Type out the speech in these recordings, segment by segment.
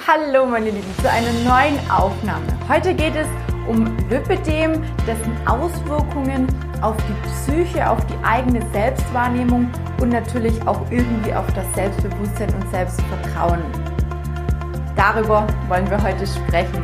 Hallo meine Lieben zu einer neuen Aufnahme. Heute geht es um Lipödem, dessen Auswirkungen auf die Psyche, auf die eigene Selbstwahrnehmung und natürlich auch irgendwie auf das Selbstbewusstsein und Selbstvertrauen. Darüber wollen wir heute sprechen.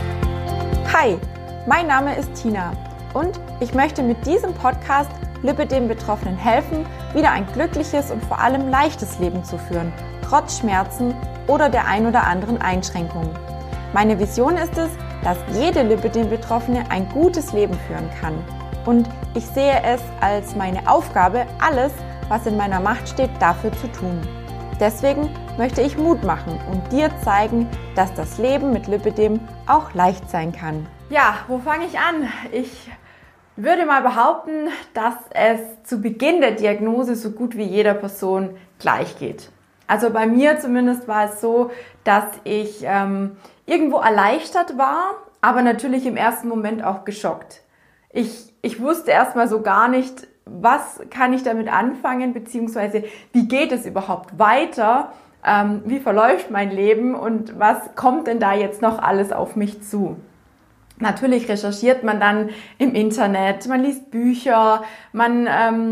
Hi, mein Name ist Tina und ich möchte mit diesem Podcast Lipödem-Betroffenen helfen, wieder ein glückliches und vor allem leichtes Leben zu führen, trotz Schmerzen oder der ein oder anderen Einschränkung. Meine Vision ist es, dass jede Lipödem-Betroffene ein gutes Leben führen kann. Und ich sehe es als meine Aufgabe, alles, was in meiner Macht steht, dafür zu tun. Deswegen möchte ich Mut machen und dir zeigen, dass das Leben mit Lipödem auch leicht sein kann. Ja, wo fange ich an? Ich würde mal behaupten, dass es zu Beginn der Diagnose so gut wie jeder Person gleich geht. Also bei mir zumindest war es so, dass ich irgendwo erleichtert war, aber natürlich im ersten Moment auch geschockt. Ich wusste erstmal so gar nicht, was kann ich damit anfangen, beziehungsweise wie geht es überhaupt weiter, wie verläuft mein Leben und was kommt denn da jetzt noch alles auf mich zu. Natürlich recherchiert man dann im Internet, man liest Bücher, man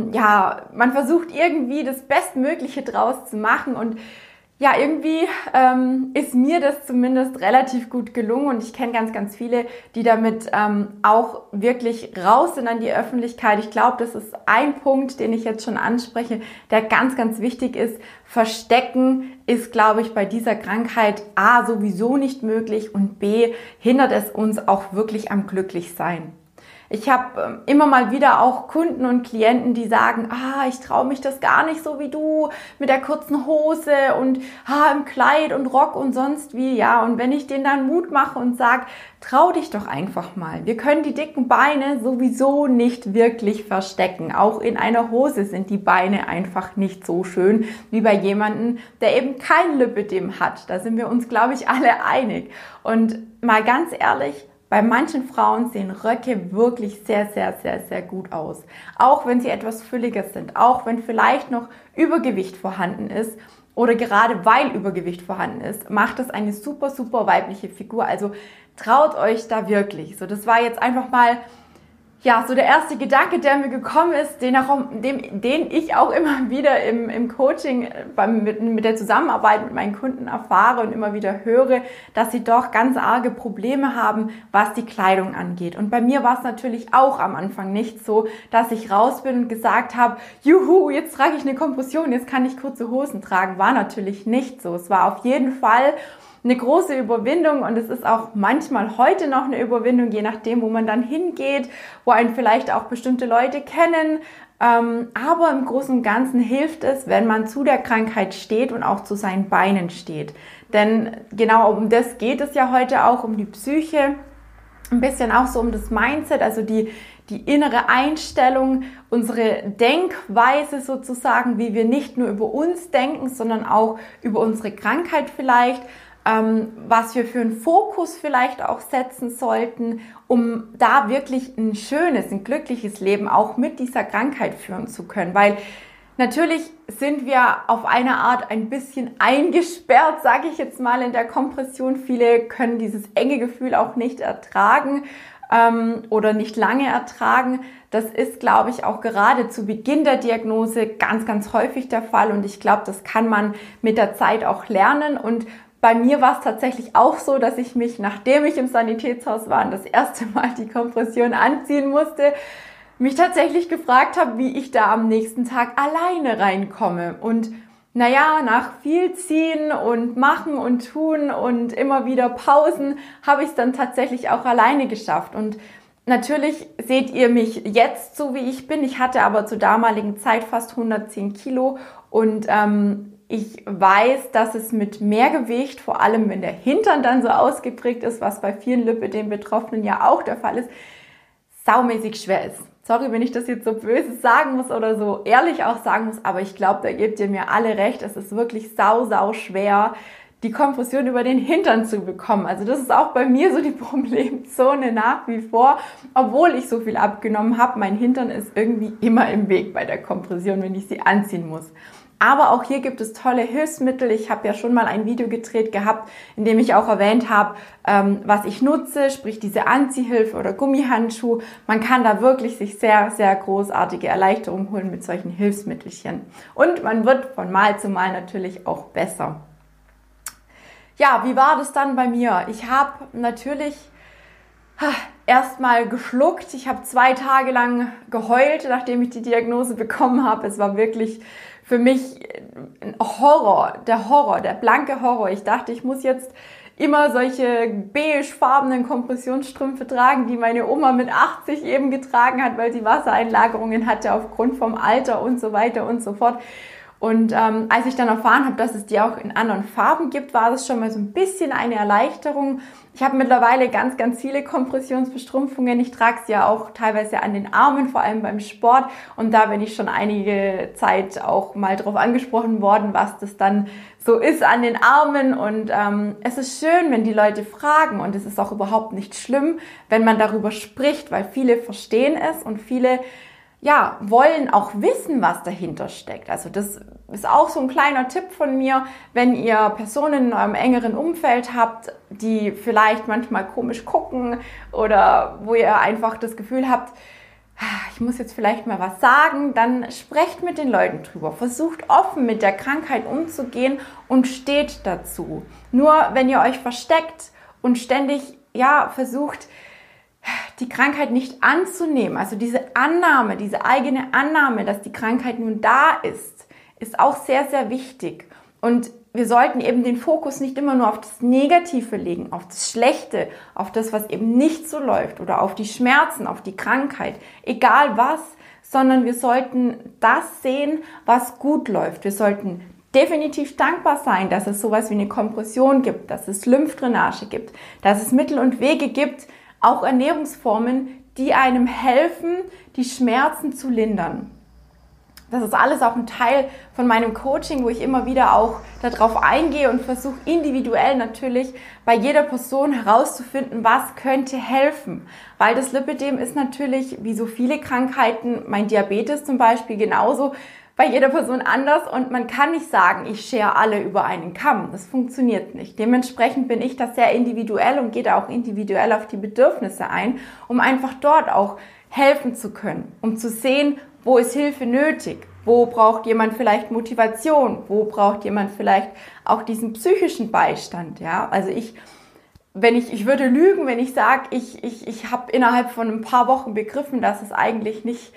versucht irgendwie das Bestmögliche draus zu machen und ja, irgendwie ist mir das zumindest relativ gut gelungen und ich kenne ganz, ganz viele, die damit auch wirklich raus sind an die Öffentlichkeit. Ich glaube, das ist ein Punkt, den ich jetzt schon anspreche, der ganz, ganz wichtig ist. Verstecken ist, glaube ich, bei dieser Krankheit A sowieso nicht möglich und B hindert es uns auch wirklich am Glücklichsein. Ich habe immer mal wieder auch Kunden und Klienten, die sagen, ich traue mich das gar nicht so wie du mit der kurzen Hose und im Kleid und Rock und sonst wie. Ja, und wenn ich denen dann Mut mache und sage, trau dich doch einfach mal. Wir können die dicken Beine sowieso nicht wirklich verstecken. Auch in einer Hose sind die Beine einfach nicht so schön wie bei jemandem, der eben kein Lipödem hat. Da sind wir uns, glaube ich, alle einig. Und mal ganz ehrlich, bei manchen Frauen sehen Röcke wirklich sehr, sehr, sehr, sehr gut aus. Auch wenn sie etwas fülliger sind, auch wenn vielleicht noch Übergewicht vorhanden ist oder gerade weil Übergewicht vorhanden ist, macht es eine super, super weibliche Figur. Also traut euch da wirklich. So, das war jetzt einfach mal so der erste Gedanke, der mir gekommen ist, den ich auch immer wieder im Coaching mit der Zusammenarbeit mit meinen Kunden erfahre und immer wieder höre, dass sie doch ganz arge Probleme haben, was die Kleidung angeht. Und bei mir war es natürlich auch am Anfang nicht so, dass ich raus bin und gesagt habe, juhu, jetzt trage ich eine Kompression, jetzt kann ich kurze Hosen tragen. War natürlich nicht so. Es war auf jeden Fall eine große Überwindung und es ist auch manchmal heute noch eine Überwindung, je nachdem, wo man dann hingeht, wo einen vielleicht auch bestimmte Leute kennen. Aber im Großen und Ganzen hilft es, wenn man zu der Krankheit steht und auch zu seinen Beinen steht. Denn genau um das geht es ja heute auch, um die Psyche, ein bisschen auch so um das Mindset, also die innere Einstellung, unsere Denkweise sozusagen, wie wir nicht nur über uns denken, sondern auch über unsere Krankheit vielleicht, was wir für einen Fokus vielleicht auch setzen sollten, um da wirklich ein schönes, ein glückliches Leben auch mit dieser Krankheit führen zu können. Weil natürlich sind wir auf eine Art ein bisschen eingesperrt, sage ich jetzt mal, in der Kompression. Viele können dieses enge Gefühl auch nicht ertragen oder nicht lange ertragen. Das ist, glaube ich, auch gerade zu Beginn der Diagnose ganz, ganz häufig der Fall und ich glaube, das kann man mit der Zeit auch lernen und bei mir war es tatsächlich auch so, dass ich mich, nachdem ich im Sanitätshaus war und das erste Mal die Kompression anziehen musste, mich tatsächlich gefragt habe, wie ich da am nächsten Tag alleine reinkomme. Und nach viel Ziehen und Machen und Tun und immer wieder Pausen habe ich es dann tatsächlich auch alleine geschafft. Und natürlich seht ihr mich jetzt so, wie ich bin. Ich hatte aber zur damaligen Zeit fast 110 Kilo und ich weiß, dass es mit mehr Gewicht, vor allem wenn der Hintern dann so ausgeprägt ist, was bei vielen Lipödem-Betroffenen ja auch der Fall ist, saumäßig schwer ist. Sorry, wenn ich das jetzt so böse sagen muss oder so ehrlich auch sagen muss, aber ich glaube, da gebt ihr mir alle recht. Es ist wirklich sau schwer, die Kompression über den Hintern zu bekommen. Also das ist auch bei mir so die Problemzone nach wie vor. Obwohl ich so viel abgenommen habe, mein Hintern ist irgendwie immer im Weg bei der Kompression, wenn ich sie anziehen muss. Aber auch hier gibt es tolle Hilfsmittel. Ich habe ja schon mal ein Video gedreht gehabt, in dem ich auch erwähnt habe, was ich nutze, sprich diese Anziehhilfe oder Gummihandschuh. Man kann da wirklich sich sehr, sehr großartige Erleichterung holen mit solchen Hilfsmittelchen. Und man wird von Mal zu Mal natürlich auch besser. Ja, wie war das dann bei mir? Ich habe natürlich erstmal geschluckt. Ich habe 2 Tage lang geheult, nachdem ich die Diagnose bekommen habe. Es war wirklich für mich ein Horror, der blanke Horror. Ich dachte, ich muss jetzt immer solche beigefarbenen Kompressionsstrümpfe tragen, die meine Oma mit 80 eben getragen hat, weil sie Wassereinlagerungen hatte aufgrund vom Alter und so weiter und so fort. Und als ich dann erfahren habe, dass es die auch in anderen Farben gibt, war das schon mal so ein bisschen eine Erleichterung. Ich habe mittlerweile ganz, ganz viele Kompressionsbestrumpfungen. Ich trage sie ja auch teilweise an den Armen, vor allem beim Sport. Und da bin ich schon einige Zeit auch mal drauf angesprochen worden, was das dann so ist an den Armen. Und es ist schön, wenn die Leute fragen. Und es ist auch überhaupt nicht schlimm, wenn man darüber spricht, weil viele verstehen es und viele wollen auch wissen, was dahinter steckt. Also das ist auch so ein kleiner Tipp von mir, wenn ihr Personen in eurem engeren Umfeld habt, die vielleicht manchmal komisch gucken oder wo ihr einfach das Gefühl habt, ich muss jetzt vielleicht mal was sagen, dann sprecht mit den Leuten drüber. Versucht offen mit der Krankheit umzugehen und steht dazu. Nur wenn ihr euch versteckt und ständig versucht, die Krankheit nicht anzunehmen, also diese Annahme, diese eigene Annahme, dass die Krankheit nun da ist auch sehr, sehr wichtig. Und wir sollten eben den Fokus nicht immer nur auf das Negative legen, auf das Schlechte, auf das, was eben nicht so läuft oder auf die Schmerzen, auf die Krankheit, egal was, sondern wir sollten das sehen, was gut läuft. Wir sollten definitiv dankbar sein, dass es sowas wie eine Kompression gibt, dass es Lymphdrainage gibt, dass es Mittel und Wege gibt, auch Ernährungsformen, die einem helfen, die Schmerzen zu lindern. Das ist alles auch ein Teil von meinem Coaching, wo ich immer wieder auch darauf eingehe und versuche individuell natürlich bei jeder Person herauszufinden, was könnte helfen. Weil das Lipödem ist natürlich, wie so viele Krankheiten, mein Diabetes zum Beispiel genauso, bei jeder Person anders und man kann nicht sagen, ich schere alle über einen Kamm. Das funktioniert nicht. Dementsprechend bin ich da sehr individuell und gehe da auch individuell auf die Bedürfnisse ein, um einfach dort auch helfen zu können, um zu sehen, wo ist Hilfe nötig, wo braucht jemand vielleicht Motivation, wo braucht jemand vielleicht auch diesen psychischen Beistand. Ja, also ich würde lügen, wenn ich sage, ich habe innerhalb von ein paar Wochen begriffen, dass es eigentlich nicht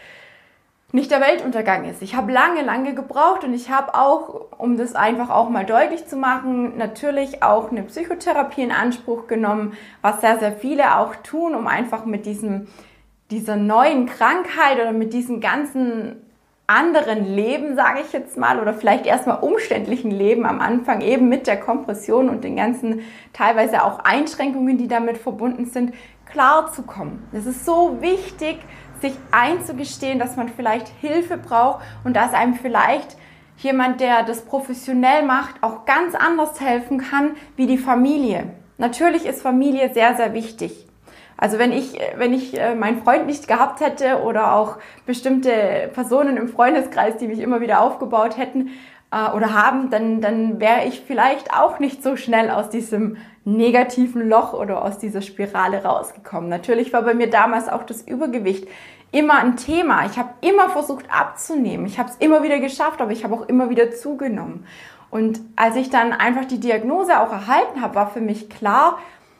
der Weltuntergang ist. Ich habe lange gebraucht und ich habe auch, um das einfach auch mal deutlich zu machen, natürlich auch eine Psychotherapie in Anspruch genommen, was sehr, sehr viele auch tun, um einfach mit dieser neuen Krankheit oder mit diesem ganzen anderen Leben, sage ich jetzt mal, oder vielleicht erstmal umständlichen Leben am Anfang eben mit der Kompression und den ganzen teilweise auch Einschränkungen, die damit verbunden sind, klarzukommen. Es ist so wichtig, sich einzugestehen, dass man vielleicht Hilfe braucht und dass einem vielleicht jemand, der das professionell macht, auch ganz anders helfen kann wie die Familie. Natürlich ist Familie sehr, sehr wichtig. Also wenn ich meinen Freund nicht gehabt hätte oder auch bestimmte Personen im Freundeskreis, die mich immer wieder aufgebaut hätten oder haben, dann wäre ich vielleicht auch nicht so schnell aus diesem negativen Loch oder aus dieser Spirale rausgekommen. Natürlich war bei mir damals auch das Übergewicht immer ein Thema. Ich habe immer versucht abzunehmen. Ich habe es immer wieder geschafft, aber ich habe auch immer wieder zugenommen. Und als ich dann einfach die Diagnose auch erhalten habe, war für mich klar,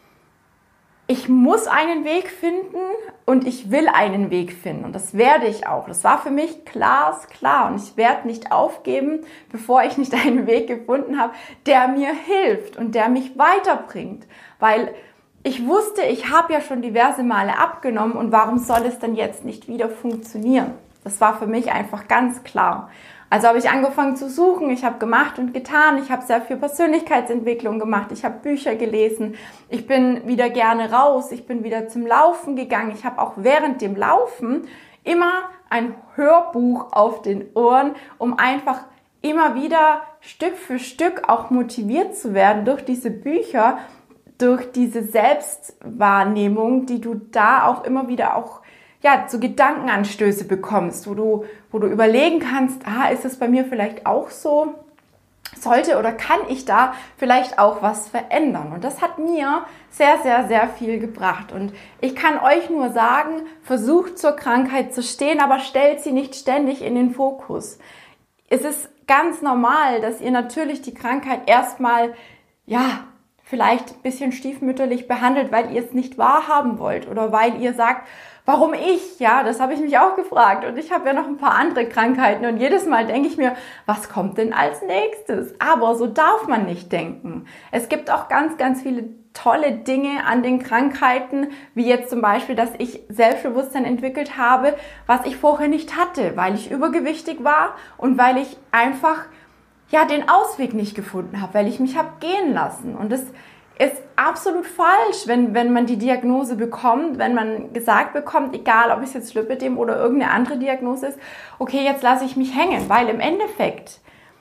ich muss einen Weg finden und ich will einen Weg finden und das werde ich auch. Das war für mich glasklar und ich werde nicht aufgeben, bevor ich nicht einen Weg gefunden habe, der mir hilft und der mich weiterbringt. Weil ich wusste, ich habe ja schon diverse Male abgenommen und warum soll es dann jetzt nicht wieder funktionieren? Das war für mich einfach ganz klar. Also habe ich angefangen zu suchen, ich habe gemacht und getan, ich habe sehr viel Persönlichkeitsentwicklung gemacht, ich habe Bücher gelesen, ich bin wieder gerne raus, ich bin wieder zum Laufen gegangen, ich habe auch während dem Laufen immer ein Hörbuch auf den Ohren, um einfach immer wieder Stück für Stück auch motiviert zu werden durch diese Bücher, durch diese Selbstwahrnehmung, die du da auch immer wieder auch ja, so Gedankenanstöße bekommst, wo du überlegen kannst, ist es bei mir vielleicht auch so? Sollte oder kann ich da vielleicht auch was verändern? Und das hat mir sehr, sehr, sehr viel gebracht. Und ich kann euch nur sagen, versucht zur Krankheit zu stehen, aber stellt sie nicht ständig in den Fokus. Es ist ganz normal, dass ihr natürlich die Krankheit erstmal, ja, vielleicht ein bisschen stiefmütterlich behandelt, weil ihr es nicht wahrhaben wollt oder weil ihr sagt, warum ich? Ja, das habe ich mich auch gefragt und ich habe ja noch ein paar andere Krankheiten und jedes Mal denke ich mir, was kommt denn als nächstes? Aber so darf man nicht denken. Es gibt auch ganz, ganz viele tolle Dinge an den Krankheiten, wie jetzt zum Beispiel, dass ich Selbstbewusstsein entwickelt habe, was ich vorher nicht hatte, weil ich übergewichtig war und weil ich einfach den Ausweg nicht gefunden habe, weil ich mich habe gehen lassen. Und das ist absolut falsch, wenn man die Diagnose bekommt, wenn man gesagt bekommt, egal ob es jetzt Lipödem oder irgendeine andere Diagnose ist, okay, jetzt lasse ich mich hängen, weil im Endeffekt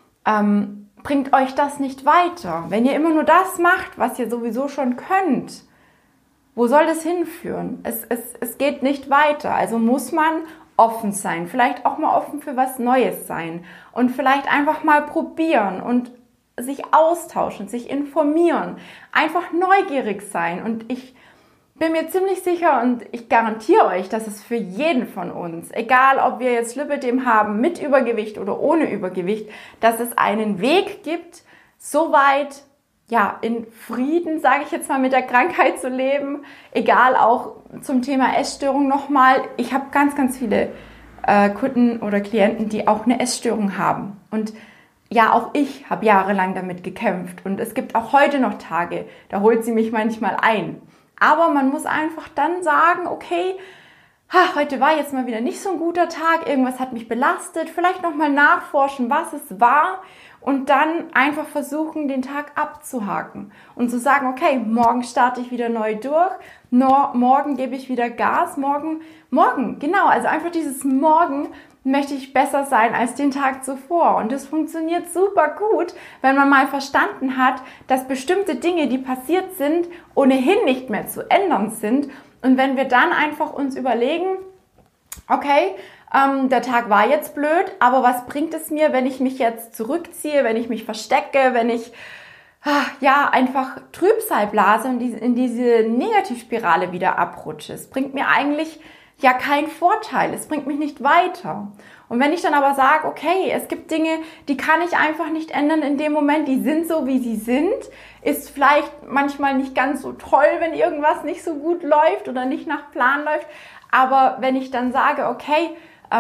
bringt euch das nicht weiter. Wenn ihr immer nur das macht, was ihr sowieso schon könnt, wo soll das hinführen? Es geht nicht weiter. Also muss man offen sein, vielleicht auch mal offen für was Neues sein und vielleicht einfach mal probieren und sich austauschen, sich informieren, einfach neugierig sein. Und ich bin mir ziemlich sicher und ich garantiere euch, dass es für jeden von uns, egal ob wir jetzt Lipödem haben, mit Übergewicht oder ohne Übergewicht, dass es einen Weg gibt, so weit in Frieden, sage ich jetzt mal, mit der Krankheit zu leben, egal auch zum Thema Essstörung nochmal. Ich habe ganz, ganz viele Kunden oder Klienten, die auch eine Essstörung haben. Und ja, auch ich habe jahrelang damit gekämpft. Und es gibt auch heute noch Tage, da holt sie mich manchmal ein. Aber man muss einfach dann sagen, okay, heute war jetzt mal wieder nicht so ein guter Tag, irgendwas hat mich belastet, vielleicht nochmal nachforschen, was es war und dann einfach versuchen, den Tag abzuhaken und zu sagen, okay, morgen starte ich wieder neu durch, morgen gebe ich wieder Gas, morgen, genau, also einfach dieses Morgen möchte ich besser sein als den Tag zuvor. Und das funktioniert super gut, wenn man mal verstanden hat, dass bestimmte Dinge, die passiert sind, ohnehin nicht mehr zu ändern sind. Und wenn wir dann einfach uns überlegen, okay, der Tag war jetzt blöd, aber was bringt es mir, wenn ich mich jetzt zurückziehe, wenn ich mich verstecke, wenn ich einfach Trübsal blase und in diese Negativspirale wieder abrutsche? Es bringt mir eigentlich keinen Vorteil, es bringt mich nicht weiter. Und wenn ich dann aber sage, okay, es gibt Dinge, die kann ich einfach nicht ändern in dem Moment, die sind so, wie sie sind, ist vielleicht manchmal nicht ganz so toll, wenn irgendwas nicht so gut läuft oder nicht nach Plan läuft, aber wenn ich dann sage, okay,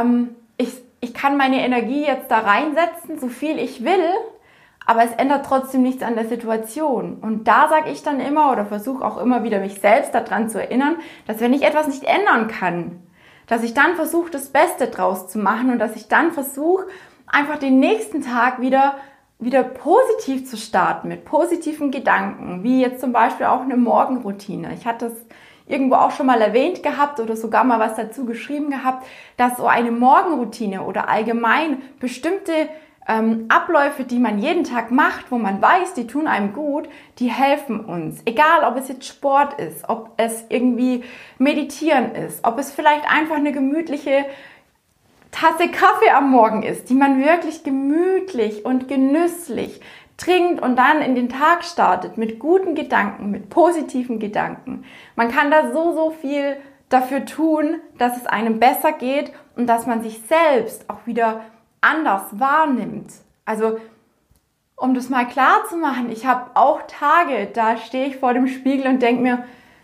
ich kann meine Energie jetzt da reinsetzen, so viel ich will, aber es ändert trotzdem nichts an der Situation. Und da sage ich dann immer oder versuche auch immer wieder mich selbst daran zu erinnern, dass wenn ich etwas nicht ändern kann, dass ich dann versuche, das Beste draus zu machen und dass ich dann versuche, einfach den nächsten Tag wieder positiv zu starten, mit positiven Gedanken, wie jetzt zum Beispiel auch eine Morgenroutine. Ich hatte das irgendwo auch schon mal erwähnt gehabt oder sogar mal was dazu geschrieben gehabt, dass so eine Morgenroutine oder allgemein bestimmte Abläufe, die man jeden Tag macht, wo man weiß, die tun einem gut, die helfen uns. Egal, ob es jetzt Sport ist, ob es irgendwie Meditieren ist, ob es vielleicht einfach eine gemütliche Tasse Kaffee am Morgen ist, die man wirklich gemütlich und genüsslich trinkt und dann in den Tag startet mit guten Gedanken, mit positiven Gedanken. Man kann da so viel dafür tun, dass es einem besser geht und dass man sich selbst auch wieder anders wahrnimmt. Also, um das mal klar zu machen, ich habe auch Tage, da stehe ich vor dem Spiegel und denke mir,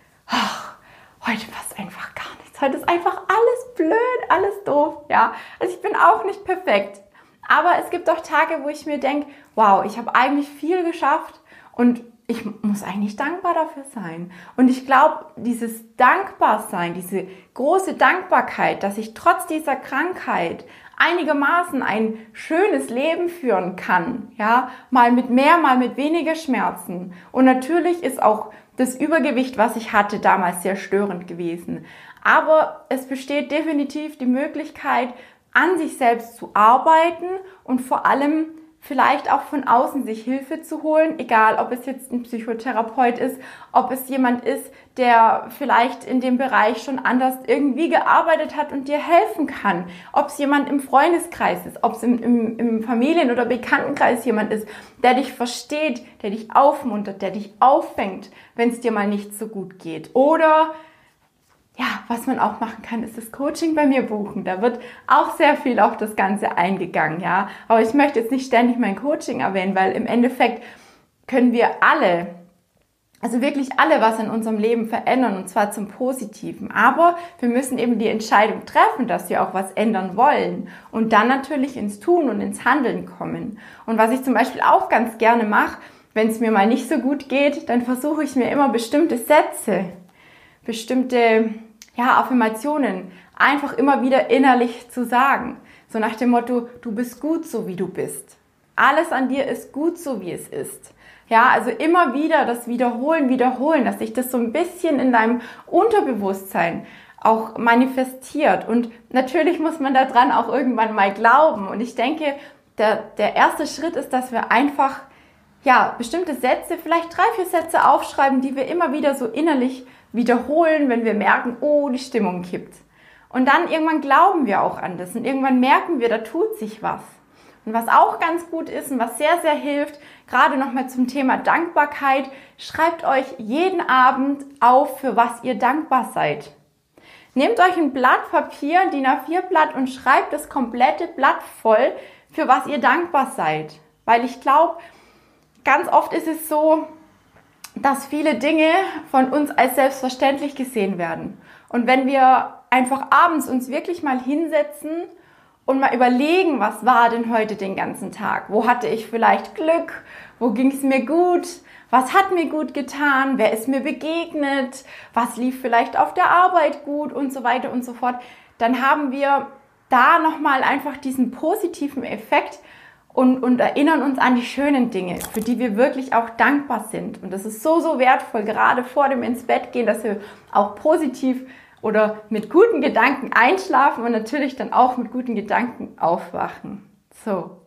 heute passt einfach gar nichts. Heute ist einfach alles blöd, alles doof. Ja, also ich bin auch nicht perfekt. Aber es gibt auch Tage, wo ich mir denke, wow, ich habe eigentlich viel geschafft und ich muss eigentlich dankbar dafür sein. Und ich glaube, dieses Dankbarsein, diese große Dankbarkeit, dass ich trotz dieser Krankheit einigermaßen ein schönes Leben führen kann, ja, mal mit mehr, mal mit weniger Schmerzen. Und natürlich ist auch das Übergewicht, was ich hatte, damals sehr störend gewesen. Aber es besteht definitiv die Möglichkeit, an sich selbst zu arbeiten und vor allem vielleicht auch von außen sich Hilfe zu holen, egal ob es jetzt ein Psychotherapeut ist, ob es jemand ist, der vielleicht in dem Bereich schon anders irgendwie gearbeitet hat und dir helfen kann, ob es jemand im Freundeskreis ist, ob es im Familien- oder Bekanntenkreis jemand ist, der dich versteht, der dich aufmuntert, der dich auffängt, wenn es dir mal nicht so gut geht. Oder ja, was man auch machen kann, ist das Coaching bei mir buchen. Da wird auch sehr viel auf das Ganze eingegangen, ja. Aber ich möchte jetzt nicht ständig mein Coaching erwähnen, weil im Endeffekt können wir alle, also wirklich alle, was in unserem Leben verändern, und zwar zum Positiven. Aber wir müssen eben die Entscheidung treffen, dass wir auch was ändern wollen und dann natürlich ins Tun und ins Handeln kommen. Und was ich zum Beispiel auch ganz gerne mache, wenn es mir mal nicht so gut geht, dann versuche ich mir immer bestimmte Sätze, bestimmte Affirmationen einfach immer wieder innerlich zu sagen. So nach dem Motto, du bist gut so, wie du bist. Alles an dir ist gut so, wie es ist. Ja, also immer wieder das Wiederholen, dass sich das so ein bisschen in deinem Unterbewusstsein auch manifestiert. Und natürlich muss man daran auch irgendwann mal glauben. Und ich denke, der erste Schritt ist, dass wir einfach bestimmte Sätze, vielleicht 3, 4 Sätze aufschreiben, die wir immer wieder so innerlich wiederholen, wenn wir merken, oh, die Stimmung kippt. Und dann irgendwann glauben wir auch an das und irgendwann merken wir, da tut sich was. Und was auch ganz gut ist und was sehr, sehr hilft, gerade nochmal zum Thema Dankbarkeit, schreibt euch jeden Abend auf, für was ihr dankbar seid. Nehmt euch ein Blatt Papier, ein DIN A4-Blatt und schreibt das komplette Blatt voll, für was ihr dankbar seid. Weil ich glaube, ganz oft ist es so, dass viele Dinge von uns als selbstverständlich gesehen werden. Und wenn wir einfach abends uns wirklich mal hinsetzen und mal überlegen, was war denn heute den ganzen Tag? Wo hatte ich vielleicht Glück? Wo ging es mir gut? Was hat mir gut getan? Wer ist mir begegnet? Was lief vielleicht auf der Arbeit gut? Und so weiter und so fort. Dann haben wir da nochmal einfach diesen positiven Effekt und erinnern uns an die schönen Dinge, für die wir wirklich auch dankbar sind. Und das ist so, so wertvoll, gerade vor dem ins Bett gehen, dass wir auch positiv oder mit guten Gedanken einschlafen und natürlich dann auch mit guten Gedanken aufwachen. So.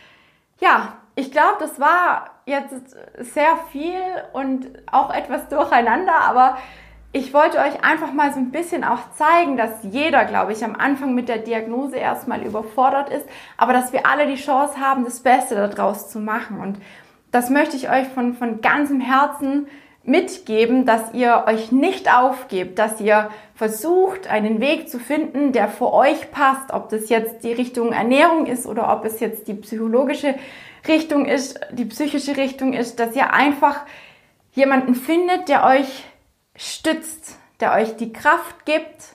Ja, ich glaube, das war jetzt sehr viel und auch etwas durcheinander, aber ich wollte euch einfach mal so ein bisschen auch zeigen, dass jeder, glaube ich, am Anfang mit der Diagnose erstmal überfordert ist, aber dass wir alle die Chance haben, das Beste daraus zu machen. Und das möchte ich euch von ganzem Herzen mitgeben, dass ihr euch nicht aufgebt, dass ihr versucht, einen Weg zu finden, der für euch passt, ob das jetzt die Richtung Ernährung ist oder ob es jetzt die psychologische Richtung ist, die psychische Richtung ist, dass ihr einfach jemanden findet, der euch stützt, der euch die Kraft gibt,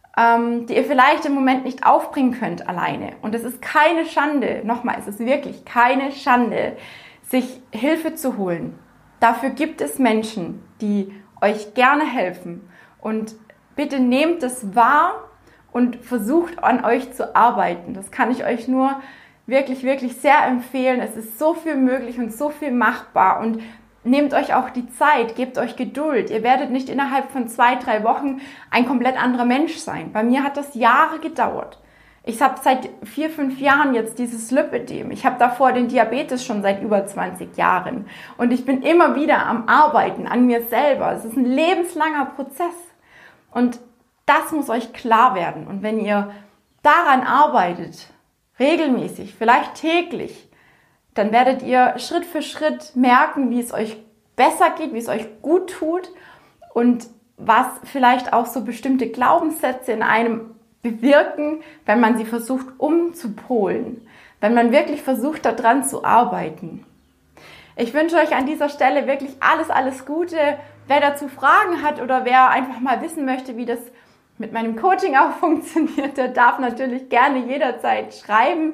die ihr vielleicht im Moment nicht aufbringen könnt alleine. Und es ist keine Schande, nochmal, es ist wirklich keine Schande, sich Hilfe zu holen. Dafür gibt es Menschen, die euch gerne helfen. Und bitte nehmt es wahr und versucht an euch zu arbeiten. Das kann ich euch nur wirklich, wirklich sehr empfehlen. Es ist so viel möglich und so viel machbar. Und nehmt euch auch die Zeit, gebt euch Geduld. Ihr werdet nicht innerhalb von 2, 3 Wochen ein komplett anderer Mensch sein. Bei mir hat das Jahre gedauert. Ich habe seit 4, 5 Jahren jetzt dieses Lipödem. Ich habe davor den Diabetes schon seit über 20 Jahren. Und ich bin immer wieder am Arbeiten an mir selber. Es ist ein lebenslanger Prozess. Und das muss euch klar werden. Und wenn ihr daran arbeitet, regelmäßig, vielleicht täglich, dann werdet ihr Schritt für Schritt merken, wie es euch besser geht, wie es euch gut tut und was vielleicht auch so bestimmte Glaubenssätze in einem bewirken, wenn man sie versucht umzupolen, wenn man wirklich versucht, daran zu arbeiten. Ich wünsche euch an dieser Stelle wirklich alles, alles Gute. Wer dazu Fragen hat oder wer einfach mal wissen möchte, wie das mit meinem Coaching auch funktioniert, der darf natürlich gerne jederzeit schreiben.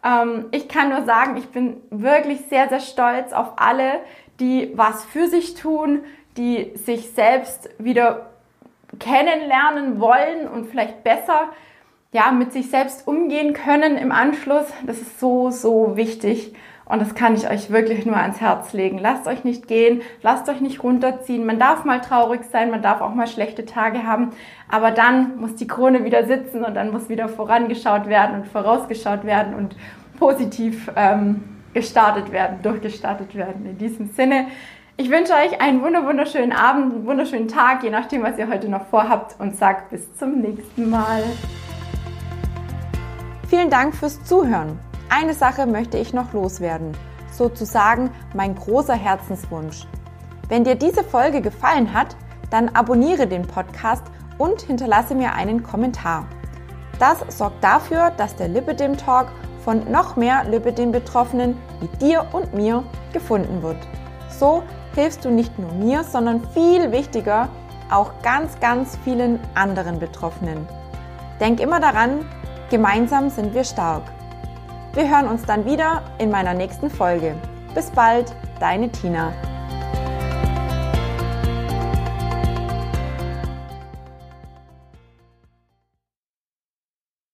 Ich kann nur sagen, ich bin wirklich sehr, sehr stolz auf alle, die was für sich tun, die sich selbst wieder kennenlernen wollen und vielleicht besser mit sich selbst umgehen können im Anschluss. Das ist so, so wichtig und das kann ich euch wirklich nur ans Herz legen. Lasst euch nicht gehen, lasst euch nicht runterziehen. Man darf mal traurig sein, man darf auch mal schlechte Tage haben, aber dann muss die Krone wieder sitzen und dann muss wieder vorangeschaut werden und vorausgeschaut werden und positiv durchgestartet werden. In diesem Sinne, ich wünsche euch einen wunderschönen Abend, einen wunderschönen Tag, je nachdem, was ihr heute noch vorhabt, und sage bis zum nächsten Mal. Vielen Dank fürs Zuhören. Eine Sache möchte ich noch loswerden, sozusagen mein großer Herzenswunsch. Wenn dir diese Folge gefallen hat, dann abonniere den Podcast und hinterlasse mir einen Kommentar. Das sorgt dafür, dass der Lipödem Talk von noch mehr Lipödem-Betroffenen wie dir und mir gefunden wird. So hilfst du nicht nur mir, sondern viel wichtiger auch ganz vielen anderen Betroffenen. Denk immer daran, gemeinsam sind wir stark. Wir hören uns dann wieder in meiner nächsten Folge. Bis bald, deine Tina.